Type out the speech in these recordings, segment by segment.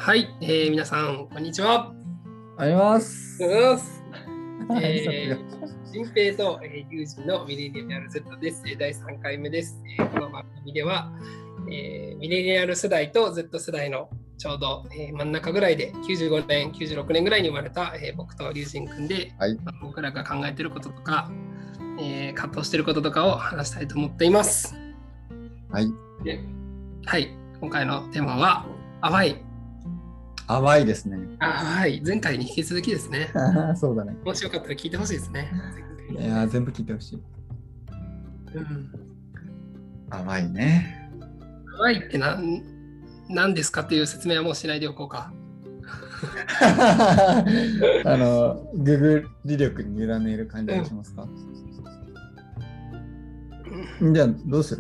はい、皆さん、こんにちは。 あります。 新平と、友人のミレニアル Z です。第3回目です。この番組では、ミレニアル世代と Z 世代のちょうど、真ん中ぐらいで95年、96年ぐらいに生まれた、僕と龍神君で、 はい、 僕らが考えていることとか、葛藤していることとかを話したいと思っています。 はい。 はい、今回のテーマは淡い。 淡いですね。 はい、前回に引き続きですね。 そうだね。 もしよかったら聞いてほしいですね。 いや、全部聞いてほしい。淡いね。 淡いって何ですかっていう説明はもうしないでおこうか。 ググリ力に委ねる感じがしますか？じゃあ、どうする？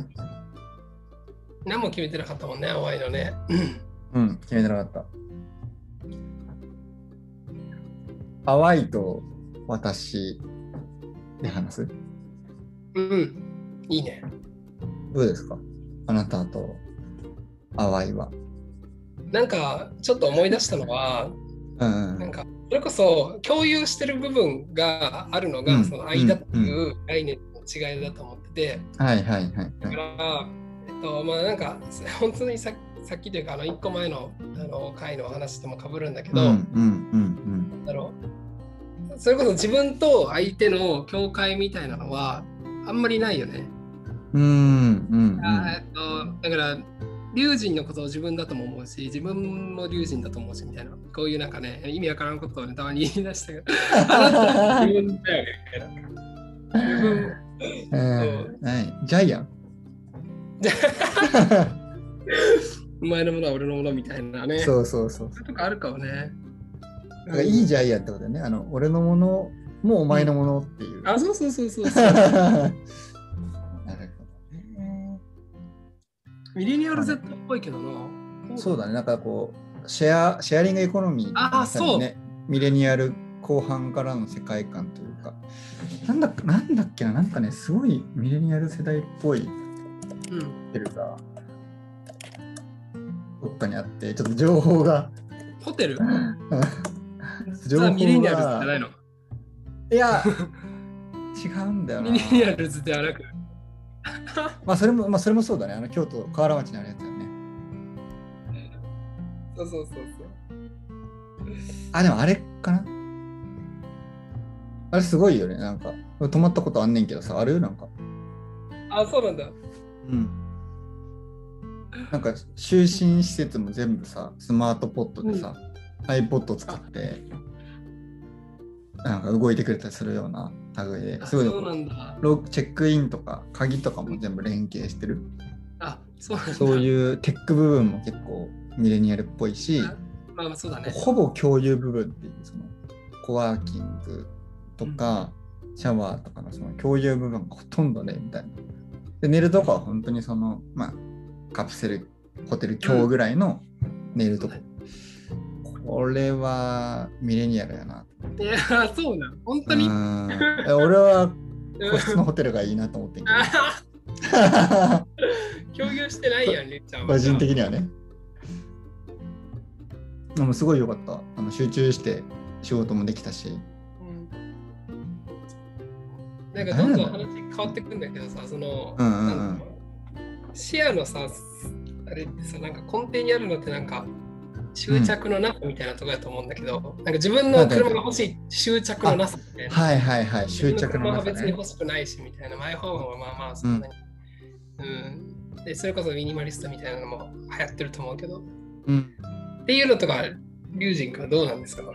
何も決めてなかったもんね、淡いのね。 決めてなかった。淡いと私で話す？ いいね。 どうですか？あなたと淡いは。 なんか、ちょっと思い出したのは、なんか、それこそ共有してる部分があるのが、その間っていう概念の違いだと思ってて、だから、なんか、本当にさっきというか、1個前の回の話とも被るんだけど、それこそ自分と相手の境界みたいなのはあんまりないよね。だから龍神のことを自分だとも思うし、自分も龍神だと思うしみたいな、こういうなんかね、意味わからんことを、ね、たまに言い出したけど、あなたは自分だよねみたいな。自分、 ジャイアンお前のものは俺のものみたいなね。 そう。 そうとかあるかもね。 いいジャイアンってことだよね。俺のものもお前のものっていう。 そう。 なるほどね。 ミレニアル Z っぽいけどな。 そうだね。なんかこう、シェアリングエコノミーみたいなね。ミレニアル後半からの世界観というか。なんだっけな。なんかね、すごいミレニアル世代っぽいホテルがどっかにあって、ちょっと情報が。 ホテル情報がミレニアルズじゃないの？ いや、違うんだよな。 ミレニアルズではなく。 それもそうだね。京都河原町にあるやつだよね。 そう。 でもあれかな。あれすごいよね。なんか泊まったことあんねんけどさ、あるなんか。 そうなんだ。 なんか就寝施設も全部さ、スマートポットでさ、iPod 使ってなんか動いてくれたりするような類で、すごいそうなんだ。 チェックインとか鍵とかも全部連携してる。 そういうテック部分も結構ミレニアルっぽいし、 そうだね。 ほぼ共有部分っていうそのコワーキングとか、シャワーとかのその共有部分がほとんどねみたいな。で寝るとこは本当にそのカプセルホテル強ぐらいの寝るとこ。これはミレニアルやな。 いや、そうなの。本当に。 俺は個室のホテルがいいなと思ってんけど。共有してないやん、りっちゃんは。 個人的にはね。でもすごい良かった。集中して仕事もできたし。 なんかどんどん話変わってくんだけどさ、その、シェアのさ、あれってさ、なんか根底にあるのってなんか執着のなさみたいなところだと思うんだけど、なんか自分の車が欲しい執着のなさみたいな。 執着のなさ、 別に欲しくないしみたいな。マイホームはそんなに。で、それこそミニマリストみたいなのも流行ってると思うけど。っていうのとか、龍神君はどうなんですか？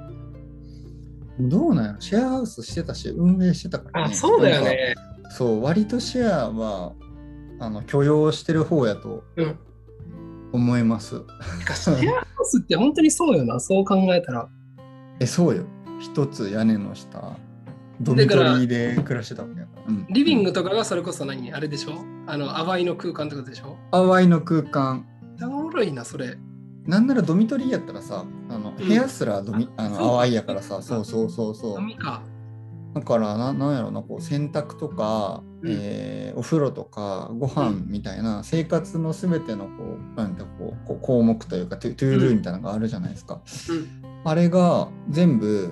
どうなんやろ？シェアハウスしてたし、運営してたからね。 そうだよね。 そう、割とシェアは許容してる方やと思います。 シェアハウスって本当にそうよな、そう考えたら。 そうよ。一つ屋根の下、ドミトリーで暮らしてたわけやから。 リビングとかがそれこそあれでしょ？淡いの空間ってことでしょ？ 淡いの空間。 おもろいな、それ。 なんならドミトリーやったらさ、部屋すら淡いやからさ、そう。 ドミか。 だからなんやろな、こう洗濯とか、お風呂とかご飯みたいな生活のすべてのなんて項目というかトゥードゥみたいなのがあるじゃないですか。あれが全部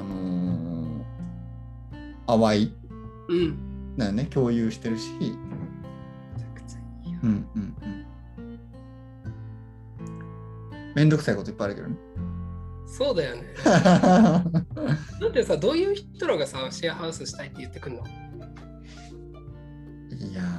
淡いだよね、共有してるし。めちゃくちゃいいよ。めんどくさいこといっぱいあるけどね。 そうだよね。だってさ、どういう人らがさ、シェアハウスしたいって言ってくるの？ いや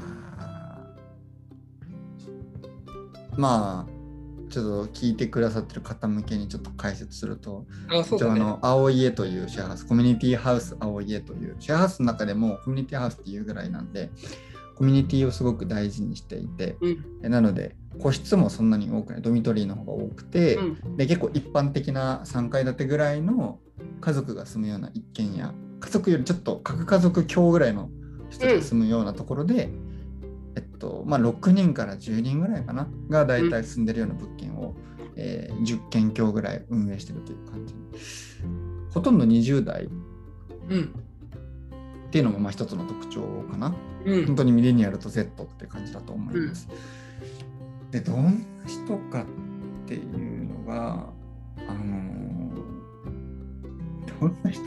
まあちょっと聞いてくださってる方向けにちょっと解説すると、青家というシェアハウス、コミュニティハウス青家というシェアハウスの中でもコミュニティハウスっていうぐらいなんで、コミュニティをすごく大事にしていて、なので個室もそんなに多くない、ドミトリーの方が多くて、で結構一般的な3階建てぐらいの家族が住むような一軒家、家族よりちょっと核家族強ぐらいの人が住むようなところで、6人から10人ぐらいかながだいたい住んでるような物件を、10軒強ぐらい運営してるという感じ。ほとんど20代っていうのも一つの特徴かな。本当にミレニアルと Z って感じだと思います。で、どんな人かっていうのが、どんな人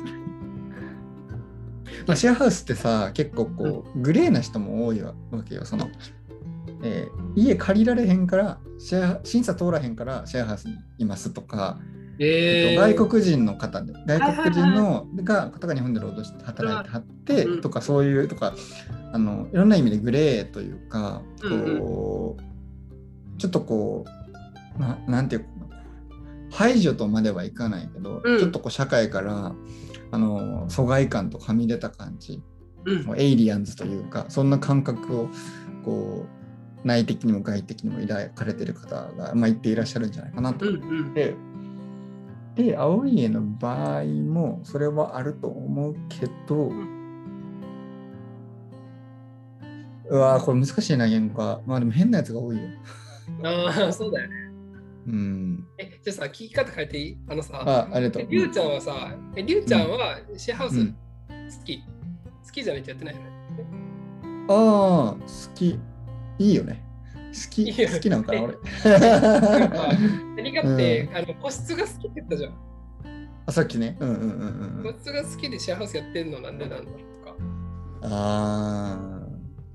シェアハウスってさ、結構グレーな人も多いわけよ。家借りられへんから審査通らへんからシェアハウスにいますとか、外国人の方でが日本で労働して働いてはってとか、そういうとかいろんな意味でグレーというか、ちょっとなんていうか排除とまではいかないけど、ちょっと社会から疎外感とはみ出た感じ、エイリアンズというか、そんな感覚を内的にも外的にも抱かれている方が、言っていらっしゃるんじゃないかなと思って、で青家の場合もそれはあると思うけど、これ難しいな、言語化。でも変なやつが多いよ。 そうだよね。じゃあさ、聞き方変えていい？ありがとう。りゅうちゃんはさ、りゅうちゃんはシェアハウス好きじゃないとやってないよね。 好き。いいよね。好きなのかな、俺。 何かって、個室が好きって言ったじゃん。 さっきね。 個室が好きでシェアハウスやってんのなんでなんだろうとか。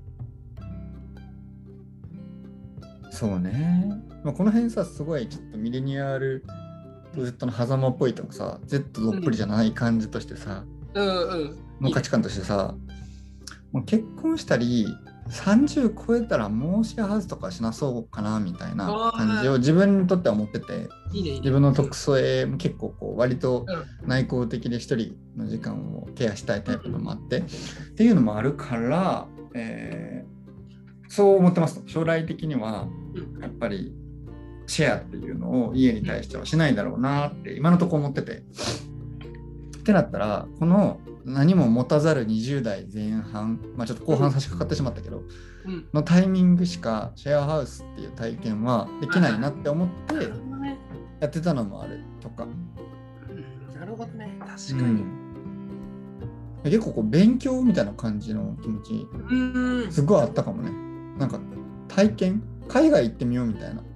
そうね。この辺さ、すごいちょっとミレニアルと Z の狭間っぽいとかさ、Z どっぷりじゃない感じとしてさ、の価値観としてさ、もう結婚したり30超えたらもうシェアハウスとかしなそうかなみたいな感じを自分にとっては思ってて、自分の特性も結構割と内向的で一人の時間をケアしたいタイプのもあって、っていうのもあるから、そう思ってます。将来的にはやっぱりシェアっていうのを家に対してはしないだろうなって今のところ思ってて、ってなったらこの何も持たざる20代前半、ちょっと後半差し掛かってしまったけど、のタイミングしかシェアハウスっていう体験はできないなって思ってやってたのもあるとか。 なるほどね、確かに。 結構勉強みたいな感じの気持ちすごいあったかもね。なんか体験、海外行ってみようみたいな。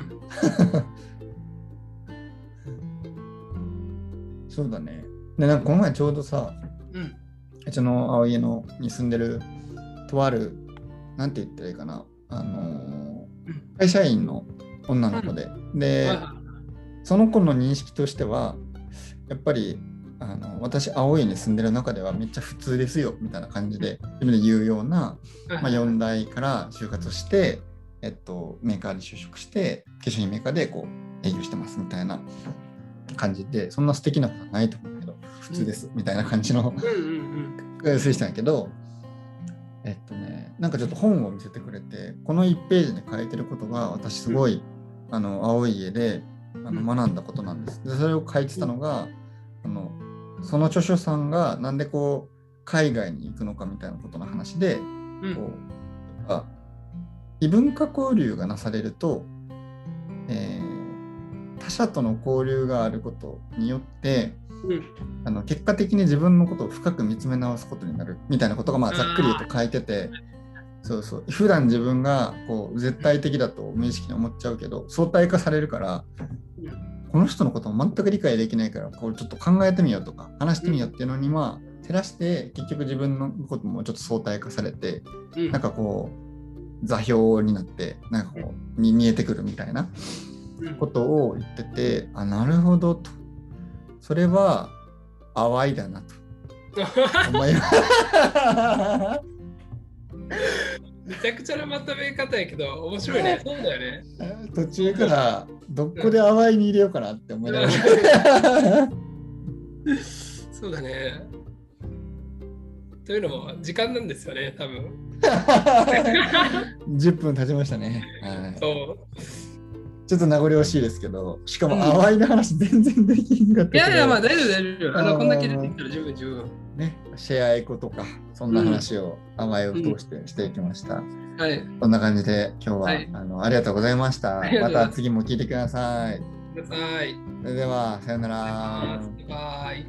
そうだね。でなんかこの前ちょうどさ、うちの青家のに住んでるとある、なんて言ったらいいかな、会社員の女の子で、その子の認識としてはやっぱり私青家に住んでる中ではめっちゃ普通ですよみたいな感じで自分で言うような、4代から就活して、メーカーで就職して化粧品メーカーで営業してますみたいな感じで、そんな素敵なことはないと思うけど普通ですみたいな感じのする人なんやけど、なんかちょっと本を見せてくれて、この1ページに書いてることが私すごい青い家で学んだことなんです。でそれを書いてたのがその著書さんがなんで海外に行くのかみたいなことの話で、異文化交流がなされると、 他者との交流があることによって、結果的に自分のことを深く見つめ直すことになるみたいなことがまあざっくり言うと書いてて、そうそう、普段自分がこう絶対的だと無意識に思っちゃうけど相対化されるから、この人のことを全く理解できないからこうちょっと考えてみようとか話してみようっていうのにまあ照らして結局自分のこともちょっと相対化されて、なんかこう座標になってなんかこう見えてくるみたいなことを言ってて、あ、なるほどと、それは淡いだなと思いますめちゃくちゃなまとめ方やけど面白いね。そうだよね。 途中からどこで淡いに入れようかなって思いながらそうだね。というのも時間なんですよね、多分 10分経ちましたね。はい、そうちょっと名残惜しいですけど、しかも淡いの話全然できんかったけど、 いやいや、まあ大丈夫大丈夫。こんだけ出てきたら十分十分。 ね、シェアエコとか、そんな話を淡いを通してしていきました。 はい。 そんな感じで今日は、はい、ありがとうございました。また次も聞いてください。 ください。 それでは、さよなら。 バイバイ。